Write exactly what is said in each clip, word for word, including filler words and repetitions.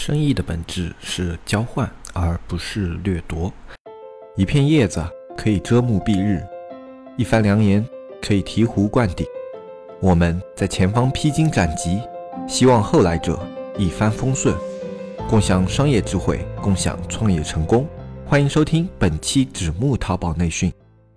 生意的本质是交换，而不是掠夺。一片叶子可以遮目蔽日，一番良言可以醍醐灌顶。我们在前方披荆斩棘，希望后来者一帆风顺，共享商业智慧，共享创业成功。欢迎收听本期纸木淘宝内训。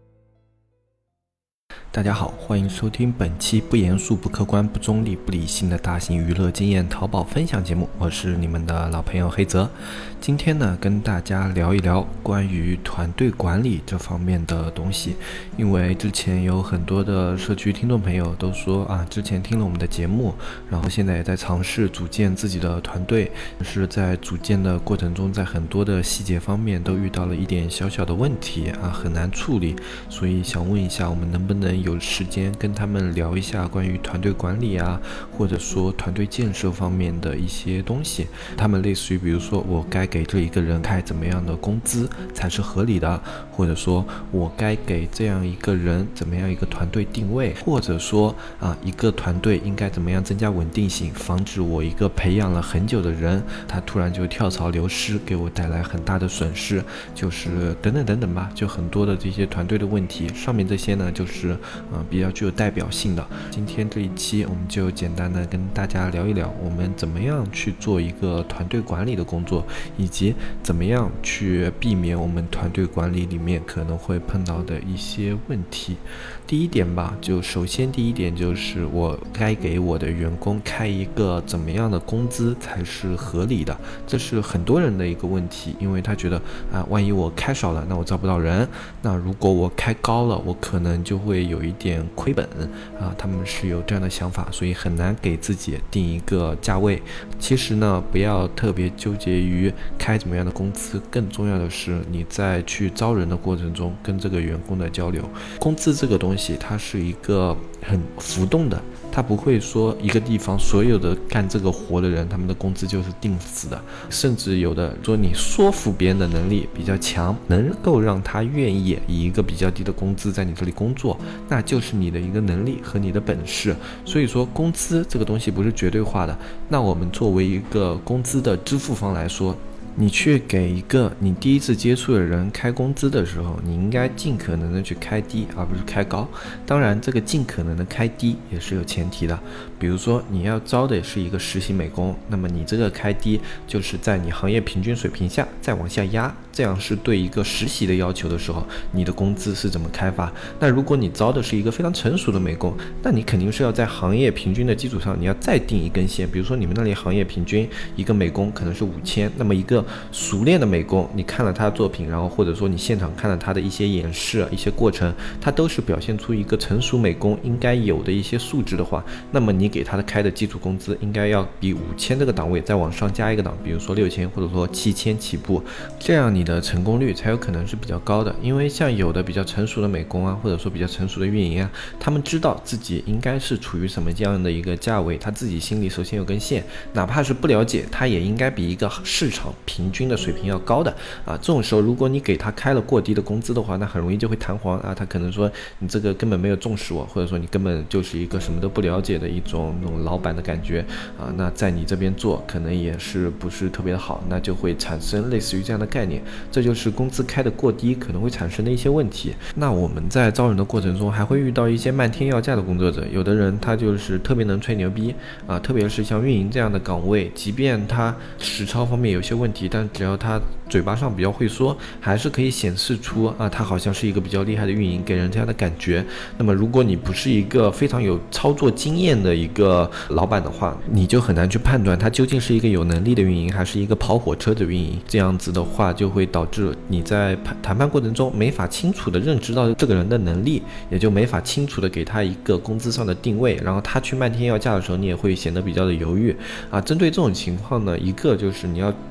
大家好，欢迎收听本期不严肃、不客观、不中立、不理性的大型娱乐经验淘宝分享节目，我是你们的老朋友黑泽。今天呢，跟大家聊一聊关于团队管理这方面的东西。因为之前有很多的社区听众朋友都说啊，之前听了我们的节目，然后现在也在尝试组建自己的团队，是在组建的过程中，在很多的细节方面都遇到了一点小小的问题啊，很难处理，所以想问一下，我们能不能有时间跟他们聊一下关于团队管理啊，或者说团队建设方面的一些东西。他们类似于比如说我该给这一个人开怎么样的工资才是合理的，或者说我该给这样一个人怎么样一个团队定位，或者说啊一个团队应该怎么样增加稳定性，防止我一个培养了很久的人他突然就跳槽流失，给我带来很大的损失，就是等等等等吧，就很多的这些团队的问题。上面这些呢就是呃比较具有代表性的。今天这一期我们就简单的跟大家聊一聊，我们怎么样去做一个团队管理的工作，以及怎么样去避免我们团队管理里面可能会碰到的一些问题。第一点吧，就首先第一点就是我该给我的员工开一个怎么样的工资才是合理的，这是很多人的一个问题。因为他觉得啊，万一我开少了，那我招不到人，那如果我开高了，我可能就会有一点亏本啊，他们是有这样的想法，所以很难给自己定一个价位。其实呢，不要特别纠结于开怎么样的工资，更重要的是你在去招人的过程中跟这个员工的交流。工资这个东西它是一个很浮动的，它不会说一个地方所有的干这个活的人他们的工资就是定死的，甚至有的说你说服别人的能力比较强，能够让他愿意以一个比较低的工资在你这里工作，那就是你的一个能力和你的本事。所以说工资这个东西不是绝对化的。那我们作为一个工资的支付方来说，你去给一个你第一次接触的人开工资的时候，你应该尽可能的去开低，而不是开高。当然这个尽可能的开低也是有前提的，比如说你要招的是一个实习美工，那么你这个开低就是在你行业平均水平下再往下压，这样是对一个实习的要求的时候，你的工资是怎么开发。那如果你招的是一个非常成熟的美工，那你肯定是要在行业平均的基础上，你要再定一根线。比如说你们那里行业平均一个美工可能是五千，那么一个熟练的美工，你看了他的作品，然后或者说你现场看了他的一些演示、一些过程，他都是表现出一个成熟美工应该有的一些素质的话，那么你给他的开的基础工资应该要比五千这个档位再往上加一个档，比如说六千或者说七千起步，这样你的成功率才有可能是比较高的。因为像有的比较成熟的美工啊，或者说比较成熟的运营啊，他们知道自己应该是处于什么这样的一个价位，他自己心里首先有根线，哪怕是不了解，他也应该比一个市场平均的水平要高的啊。这种时候如果你给他开了过低的工资的话，那很容易就会弹簧啊，他可能说你这个根本没有重视我，或者说你根本就是一个什么都不了解的一种那种老板的感觉啊，那在你这边做可能也是不是特别的好，那就会产生类似于这样的概念，这就是工资开的过低可能会产生的一些问题。那我们在招人的过程中还会遇到一些漫天要价的工作者，有的人他就是特别能吹牛逼啊，特别是像运营这样的岗位，即便他实操方面有些问题，但只要他嘴巴上比较会说，还是可以显示出啊，他好像是一个比较厉害的运营，给人这样的感觉。那么如果你不是一个非常有操作经验的一个老板的话，你就很难去判断他究竟是一个有能力的运营，还是一个跑火车的运营。这样子的话就会导致你在谈判过程中没法清楚的认知到这个人的能力，也就没法清楚的给他一个工资上的定位，然后他去漫天要价的时候，你也会显得比较的犹豫啊。针对这种情况呢，一个就是你要增强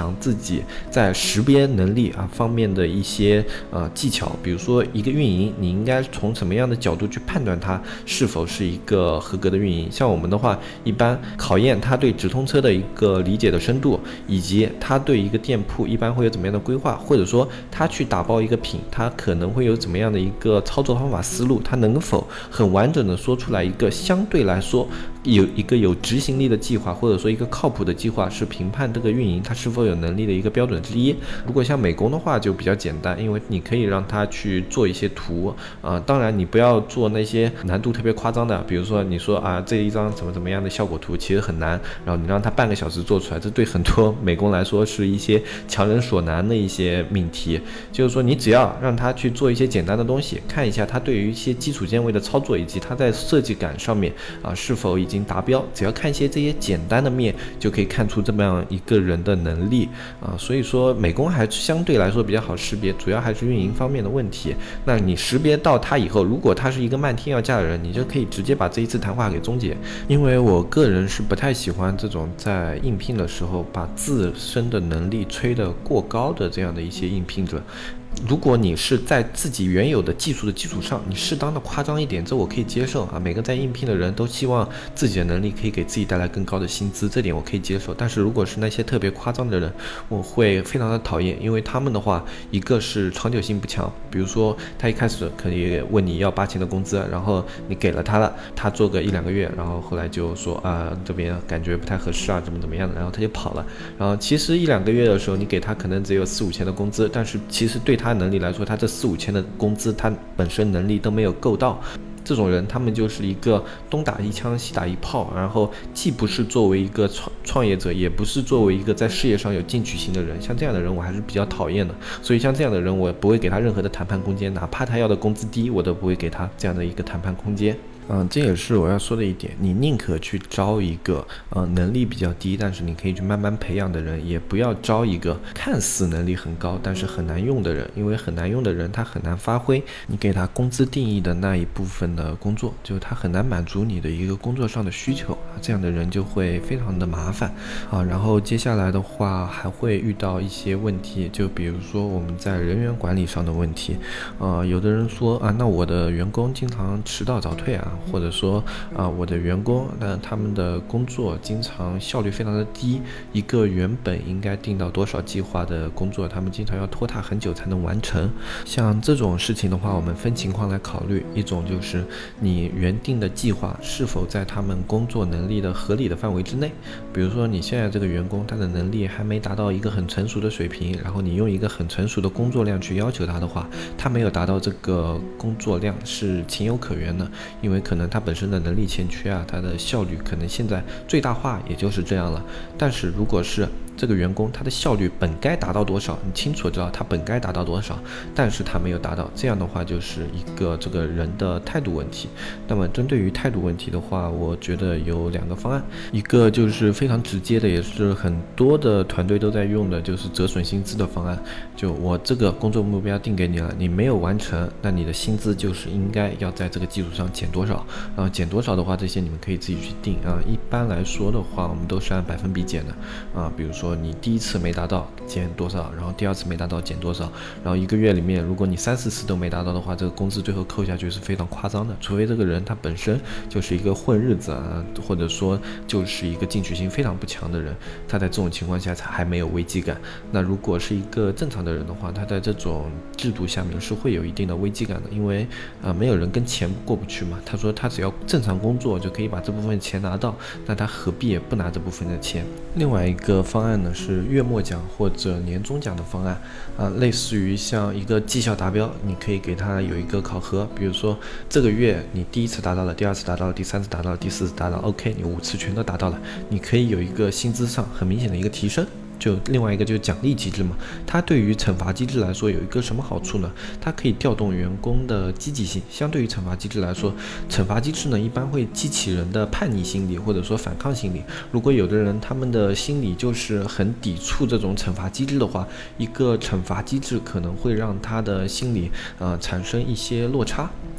强自己在识别能力啊方面的一些呃技巧。比如说一个运营，你应该从什么样的角度去判断它是否是一个合格的运营。像我们的话，一般考验他对直通车的一个理解的深度，以及他对一个店铺一般会有怎么样的规划，或者说他去打包一个品，他可能会有怎么样的一个操作方法思路，他能否很完整的说出来一个相对来说有一个有执行力的计划，或者说一个靠谱的计划，是评判这个运营它是否有能力的一个标准之一。如果像美工的话就比较简单，因为你可以让他去做一些图啊、呃，当然你不要做那些难度特别夸张的，比如说你说啊这一张怎么怎么样的效果图其实很难，然后你让他半个小时做出来，这对很多美工来说是一些强人所难的一些命题。就是说你只要让他去做一些简单的东西，看一下他对于一些基础键位的操作，以及他在设计感上面啊是否已经达标，只要看一些这些简单的面就可以看出这么样一个人的能力啊。所以说美工还相对来说比较好识别，主要还是运营方面的问题。那你识别到他以后，如果他是一个漫天要价的人，你就可以直接把这一次谈话给终结。因为我个人是不太喜欢这种在应聘的时候把自身的能力吹得过高的这样的一些应聘者。如果你是在自己原有的技术的基础上，你适当的夸张一点，这我可以接受啊。每个在应聘的人都希望自己的能力可以给自己带来更高的薪资，这点我可以接受。但是如果是那些特别夸张的人，我会非常的讨厌，因为他们的话，一个是长久性不强，比如说他一开始可以问你要八千的工资，然后你给了他了，他做个一两个月，然后后来就说啊这边感觉不太合适啊，怎么怎么样的，然后他就跑了。然后其实一两个月的时候，你给他可能只有四五千的工资，但是其实对他他能力来说，他这四五千的工资，他本身能力都没有够到。这种人，他们就是一个东打一枪西打一炮，然后既不是作为一个创创业者，也不是作为一个在事业上有进取心的人。像这样的人，我还是比较讨厌的。所以像这样的人，我不会给他任何的谈判空间，哪怕他要的工资低，我都不会给他这样的一个谈判空间。嗯，这也是我要说的一点，你宁可去招一个呃能力比较低，但是你可以去慢慢培养的人，也不要招一个看似能力很高，但是很难用的人。因为很难用的人，他很难发挥你给他工资定义的那一部分的工作，就他很难满足你的一个工作上的需求啊，这样的人就会非常的麻烦啊。然后接下来的话还会遇到一些问题，就比如说我们在人员管理上的问题，呃，有的人说啊，那我的员工经常迟到早退啊。或者说啊、呃，我的员工那他们的工作经常效率非常的低，一个原本应该定到多少计划的工作，他们经常要拖沓很久才能完成。像这种事情的话，我们分情况来考虑，一种就是你原定的计划是否在他们工作能力的合理的范围之内。比如说你现在这个员工他的能力还没达到一个很成熟的水平，然后你用一个很成熟的工作量去要求他的话，他没有达到这个工作量是情有可原的，因为可能他本身的能力欠缺啊，他的效率可能现在最大化也就是这样了。但是如果是这个员工他的效率本该达到多少，你清楚知道他本该达到多少，但是他没有达到，这样的话就是一个这个人的态度问题。那么针对于态度问题的话，我觉得有两个方案，一个就是非常直接的，也是很多的团队都在用的，就是折损薪资的方案。就我这个工作目标定给你了，你没有完成，那你的薪资就是应该要在这个基础上减多少，然后减多少的话，这些你们可以自己去定啊。一般来说的话，我们都是按百分比减的啊，比如说说你第一次没达到减多少，然后第二次没达到减多少，然后一个月里面如果你三四次都没达到的话，这个工资最后扣下去是非常夸张的，除非这个人他本身就是一个混日子啊，或者说就是一个进取心非常不强的人，他在这种情况下才还没有危机感。那如果是一个正常的人的话，他在这种制度下面是会有一定的危机感的，因为啊、呃、没有人跟钱过不去嘛。他说他只要正常工作就可以把这部分钱拿到，那他何必也不拿这部分的钱。另外一个方案呢是月末奖或者年终奖的方案啊、呃，类似于像一个绩效达标，你可以给他有一个考核，比如说这个月你第一次达到了，第二次达到了，第三次达到了，第四次达到了 OK， 你五次全都达到了，你可以有一个薪资上很明显的一个提升。就另外一个就是奖励机制嘛，它对于惩罚机制来说有一个什么好处呢？它可以调动员工的积极性。相对于惩罚机制来说，惩罚机制呢一般会激起人的叛逆心理或者说反抗心理。如果有的人他们的心理就是很抵触这种惩罚机制的话，一个惩罚机制可能会让他的心理呃产生一些落差。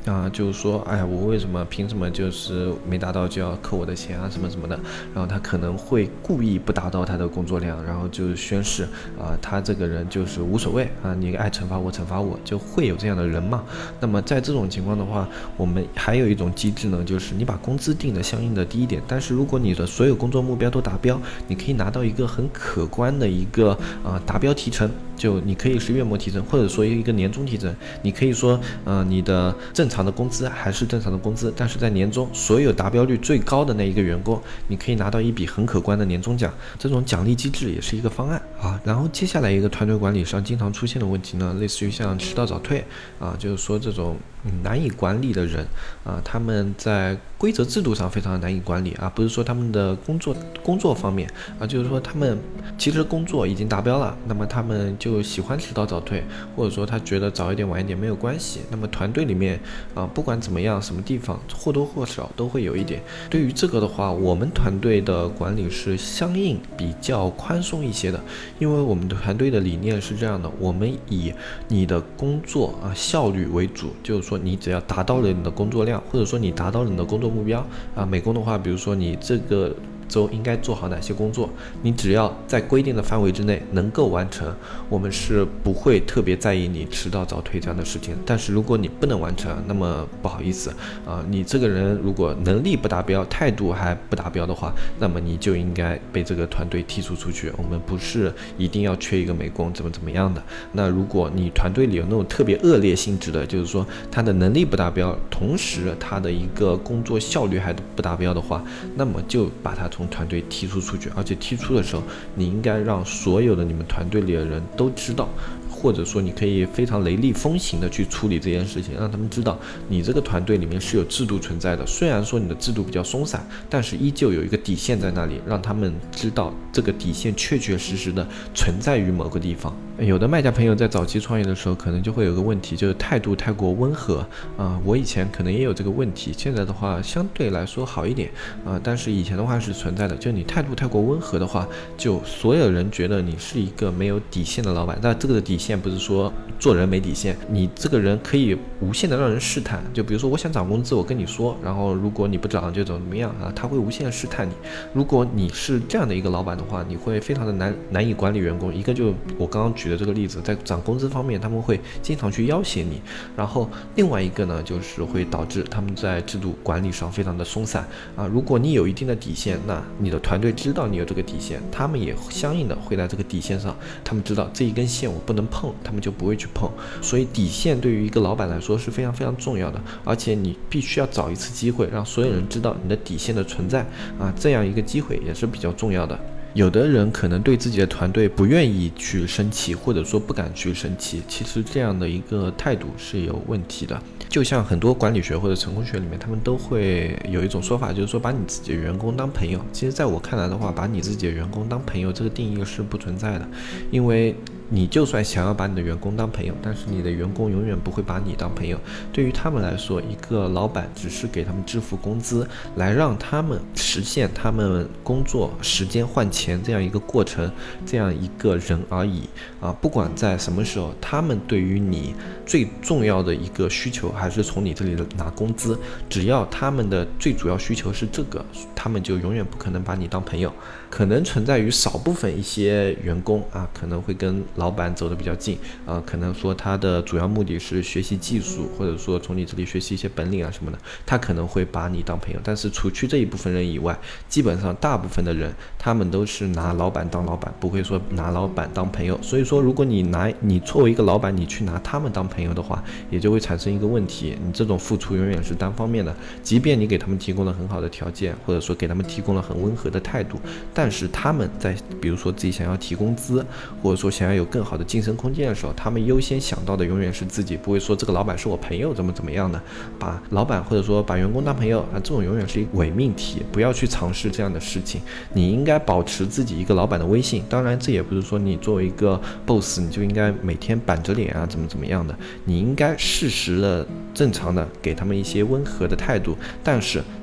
啊，就是说，哎，我为什么凭什么就是没达到就要扣我的钱啊，什么什么的。然后他可能会故意不达到他的工作量，然后就宣誓啊，他这个人就是无所谓啊，你爱惩罚我惩罚我，就会有这样的人嘛。那么在这种情况的话，我们还有一种机制呢，就是你把工资定的相应的低一点，但是如果你的所有工作目标都达标，你可以拿到一个很可观的一个啊、呃、达标提成。就你可以是月末提成，或者说一个年终提成，你可以说，呃，你的正常的工资还是正常的工资，但是在年终所有达标率最高的那一个员工，你可以拿到一笔很可观的年终奖，这种奖励机制也是一个方案啊。然后接下来一个团队管理上经常出现的问题呢，类似于像迟到早退啊，就是说这种难以管理的人啊，他们在规则制度上非常难以管理啊，不是说他们的工作工作方面啊，就是说他们其实工作已经达标了，那么他们就喜欢迟到早退，或者说他觉得早一点晚一点没有关系。那么团队里面啊，不管怎么样，什么地方或多或少都会有一点。对于这个的话，我们团队的管理是相应比较宽松一些的，因为我们的团队的理念是这样的，我们以你的工作啊效率为主，就是说你只要达到了你的工作量，或者说你达到了你的工作目标啊，美工的话，比如说你这个周应该做好哪些工作，你只要在规定的范围之内能够完成，我们是不会特别在意你迟到早退这样的事情。但是如果你不能完成，那么不好意思啊，你这个人如果能力不达标，态度还不达标的话，那么你就应该被这个团队剔除出去。我们不是一定要缺一个美工怎么怎么样的。那如果你团队里有那种特别恶劣性质的，就是说他的能力不达标，同时他的一个工作效率还不达标的话，那么就把他从团队踢出出去，而且踢出的时候，你应该让所有的你们团队里的人都知道，或者说你可以非常雷厉风行的去处理这件事情，让他们知道你这个团队里面是有制度存在的。虽然说你的制度比较松散，但是依旧有一个底线在那里，让他们知道这个底线确确实实的存在于某个地方。有的卖家朋友在早期创业的时候，可能就会有个问题，就是态度太过温和啊、呃。我以前可能也有这个问题，现在的话相对来说好一点啊、呃，但是以前的话是存在的，就你态度太过温和的话，就所有人觉得你是一个没有底线的老板。但这个的底线不是说做人没底线，你这个人可以无限的让人试探。就比如说我想涨工资，我跟你说，然后如果你不涨就怎么怎么样啊，他会无限的试探你。如果你是这样的一个老板的话，你会非常的难难以管理员工。一个就我刚刚举的这个例子，在涨工资方面他们会经常去要挟你，然后另外一个呢，就是会导致他们在制度管理上非常的松散啊。如果你有一定的底线，那你的团队知道你有这个底线，他们也相应的会在这个底线上，他们知道这一根线我不能碰，他们就不会去碰。所以底线对于一个老板来说是非常非常重要的，而且你必须要找一次机会让所有人知道你的底线的存在啊，这样一个机会也是比较重要的。有的人可能对自己的团队不愿意去升旗，或者说不敢去升旗，其实这样的一个态度是有问题的。就像很多管理学或者成功学里面，他们都会有一种说法，就是说把你自己的员工当朋友。其实在我看来的话，把你自己的员工当朋友这个定义是不存在的，因为你就算想要把你的员工当朋友，但是你的员工永远不会把你当朋友。对于他们来说，一个老板只是给他们支付工资，来让他们实现他们工作时间换钱这样一个过程，这样一个人而已啊！不管在什么时候，他们对于你最重要的一个需求还是从你这里拿工资，只要他们的最主要需求是这个，他们就永远不可能把你当朋友。可能存在于少部分一些员工啊，可能会跟老板走得比较近啊，可能说他的主要目的是学习技术，或者说从你这里学习一些本领啊什么的，他可能会把你当朋友。但是除去这一部分人以外，基本上大部分的人他们都是拿老板当老板，不会说拿老板当朋友。所以说如果你拿你作为一个老板，你去拿他们当朋友的话，也就会产生一个问题，你这种付出永远是单方面的。即便你给他们提供了很好的条件，或者说给他们提供了很温和的态度，但是他们在比如说自己想要提工资，或者说想要有更好的晋升空间的时候，他们优先想到的永远是自己，不会说这个老板是我朋友怎么怎么样的。把老板或者说把员工当朋友啊，这种永远是一个伪命题，不要去尝试这样的事情。你应该保持自己一个老板的威信，当然这也不是说你作为一个 boss 你就应该每天板着脸啊怎么怎么样的，你应该适时的正常的给他们一些温和的态度，但是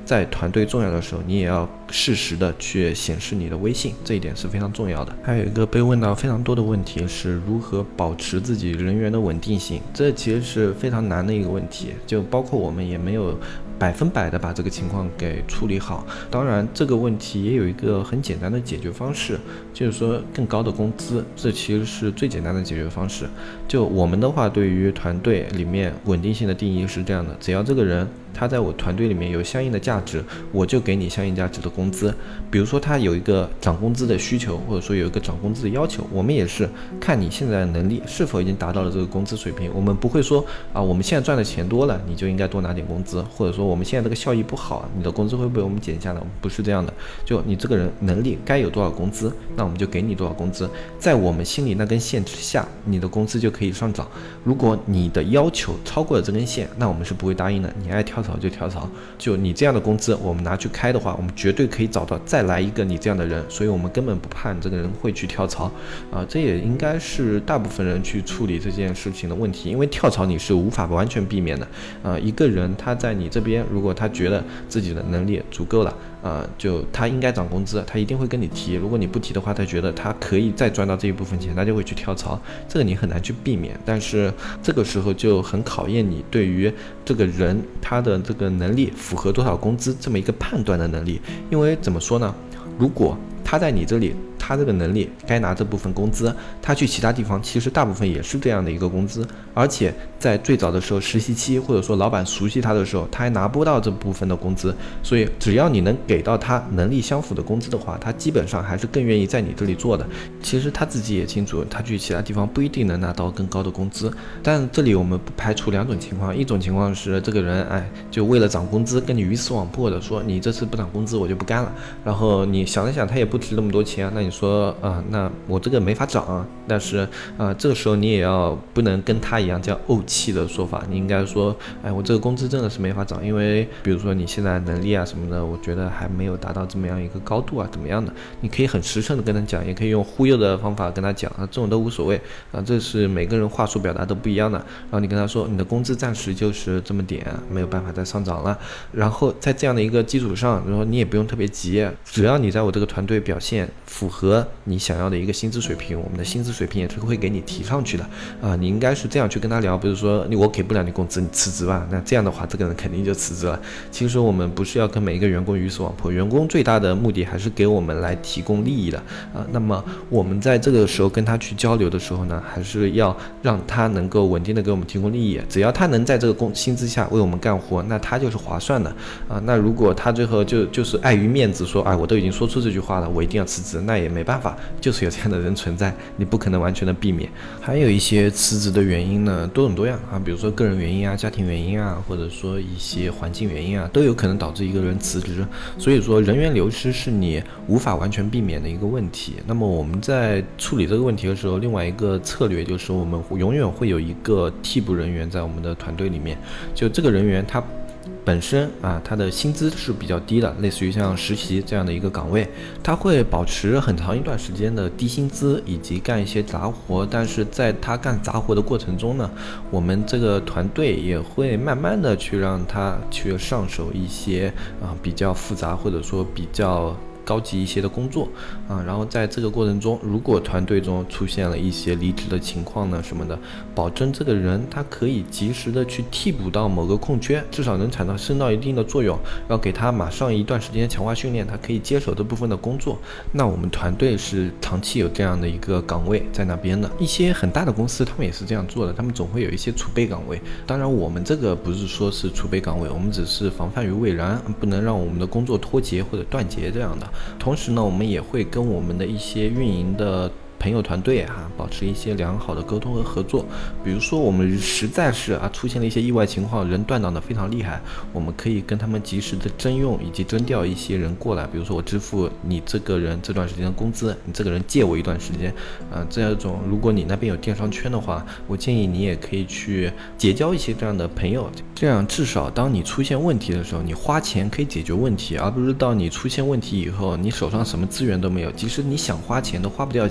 在团队重要的时候，你也要适时的去显示你的威信，这一点是非常重要的。还有一个被问到非常多的问题是如何保持自己人员的稳定性，这其实是非常难的一个问题，就包括我们也没有百分百的把这个情况给处理好。当然这个问题也有一个很简单的解决方式，就是说更高的工资，这其实是最简单的解决方式。就我们的话，对于团队里面稳定性的定义是这样的，只要这个人他在我团队里面有相应的价值，我就给你相应价值的工资。比如说他有一个涨工资的需求，或者说有一个涨工资的要求，我们也是看你现在的能力是否已经达到了这个工资水平。我们不会说啊，我们现在赚的钱多了，你就应该多拿点工资，或者说我们现在这个效益不好，你的工资会被我们减下来。不是这样的，就你这个人能力该有多少工资，那我们就给你多少工资，在我们心里那根线之下，你的工资就可以上涨。如果你的要求超过了这根线，那我们是不会答应的，你爱跳槽就跳槽。就你这样的工资我们拿去开的话，我们绝对可以找到再来一个你这样的人，所以我们根本不怕你这个人会去跳槽啊，这也应该是大部分人去处理这件事情的问题。因为跳槽你是无法完全避免的啊，一个人他在你这边，如果他觉得自己的能力足够了啊，就他应该涨工资，他一定会跟你提。如果你不提的话，他觉得他可以再赚到这一部分钱，他就会去跳槽，这个你很难去避免。但是这个时候就很考验你对于这个人他的这个能力符合多少工资这么一个判断的能力。因为怎么说呢，如果他在你这里他这个能力该拿这部分工资，他去其他地方其实大部分也是这样的一个工资，而且在最早的时候实习期或者说老板熟悉他的时候，他还拿不到这部分的工资。所以只要你能给到他能力相符的工资的话，他基本上还是更愿意在你这里做的。其实他自己也清楚，他去其他地方不一定能拿到更高的工资。但这里我们不排除两种情况，一种情况是这个人哎，就为了涨工资跟你鱼死网破的说你这次不涨工资我就不干了，然后你想了想他也不值那么多钱，那你说啊、呃，那我这个没法涨啊。但是啊、呃，这个时候你也要不能跟他一样这样怄气的说法，你应该说，哎，我这个工资真的是没法涨，因为比如说你现在能力啊什么的，我觉得还没有达到这么样一个高度啊，怎么样的？你可以很实诚的跟他讲，也可以用忽悠的方法跟他讲啊，这种都无所谓啊，这是每个人话术表达都不一样的。然后你跟他说，你的工资暂时就是这么点，没有办法再上涨了。然后在这样的一个基础上，然后你也不用特别急，只要你在我这个团队表现符合你想要的一个薪资水平，我们的薪资水平也是会给你提上去的啊。你应该是这样去跟他聊，比如说你我给不了你工资，你辞职吧。那这样的话，这个人肯定就辞职了。其实我们不是要跟每一个员工鱼死网破，员工最大的目的还是给我们来提供利益的啊。那么我们在这个时候跟他去交流的时候呢，还是要让他能够稳定的给我们提供利益。只要他能在这个工薪资下为我们干活，那他就是划算的啊。那如果他最后就就是碍于面子说，哎，我都已经说出这句话了，我一定要辞职，那也没办法，就是有这样的人存在，你不可能完全的避免。还有一些辞职的原因呢，多种多样啊，比如说个人原因啊、家庭原因啊，或者说一些环境原因啊，都有可能导致一个人辞职。所以说人员流失是你无法完全避免的一个问题。那么我们在处理这个问题的时候，另外一个策略就是我们永远会有一个替补人员在我们的团队里面，就这个人员他本身啊，他的薪资是比较低的，类似于像实习这样的一个岗位，他会保持很长一段时间的低薪资，以及干一些杂活。但是在他干杂活的过程中呢，我们这个团队也会慢慢的去让他去上手一些啊比较复杂或者说比较高级一些的工作啊，然后在这个过程中，如果团队中出现了一些离职的情况呢什么的，保证这个人他可以及时的去替补到某个空缺，至少能产生生到一定的作用，要给他马上一段时间强化训练，他可以接手这部分的工作。那我们团队是长期有这样的一个岗位在那边的。一些很大的公司他们也是这样做的，他们总会有一些储备岗位。当然我们这个不是说是储备岗位，我们只是防范于未然，不能让我们的工作脱节或者断节这样的。同时呢，我们也会跟我们的一些运营的朋友团队哈、啊，保持一些良好的沟通和合作。比如说我们实在是啊出现了一些意外情况，人断档的非常厉害，我们可以跟他们及时的征用以及征调一些人过来。比如说我支付你这个人这段时间的工资，你这个人借我一段时间啊，这样种如果你那边有电商圈的话，我建议你也可以去结交一些这样的朋友，这样至少当你出现问题的时候，你花钱可以解决问题，而不是到你出现问题以后，你手上什么资源都没有，即使你想花钱都花不掉钱。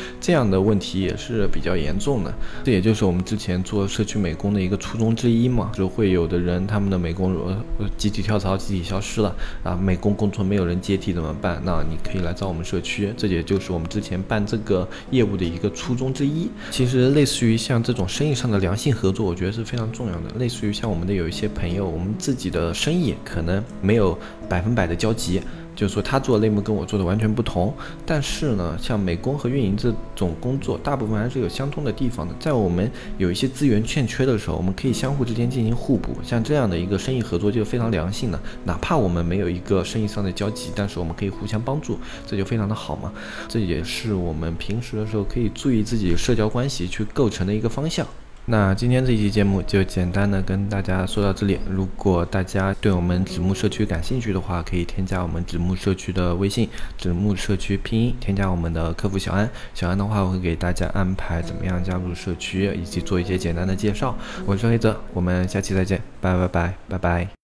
这样的问题也是比较严重的。这也就是我们之前做社区美工的一个初衷之一嘛，就会有的人他们的美工呃集体跳槽、集体消失了啊，美工工作没有人接替怎么办？那你可以来找我们社区，这也就是我们之前办这个业务的一个初衷之一。其实类似于像这种生意上的良性合作，我觉得是非常重要的。类似于像我们的有一些朋友，我们自己的生意可能没有百分百的交集，就是说他做的类目跟我做的完全不同，但是呢，像美工和运营这种工作，大部分还是有相通的地方的。在我们有一些资源欠缺的时候，我们可以相互之间进行互补，像这样的一个生意合作就非常良性的。哪怕我们没有一个生意上的交集，但是我们可以互相帮助，这就非常的好嘛。这也是我们平时的时候可以注意自己社交关系去构成的一个方向。那今天这一期节目就简单的跟大家说到这里，如果大家对我们子木社区感兴趣的话，可以添加我们子木社区的微信，子木社区拼音，添加我们的客服小安，小安的话我会给大家安排怎么样加入社区，以及做一些简单的介绍。我是黑泽，我们下期再见，拜拜拜拜拜。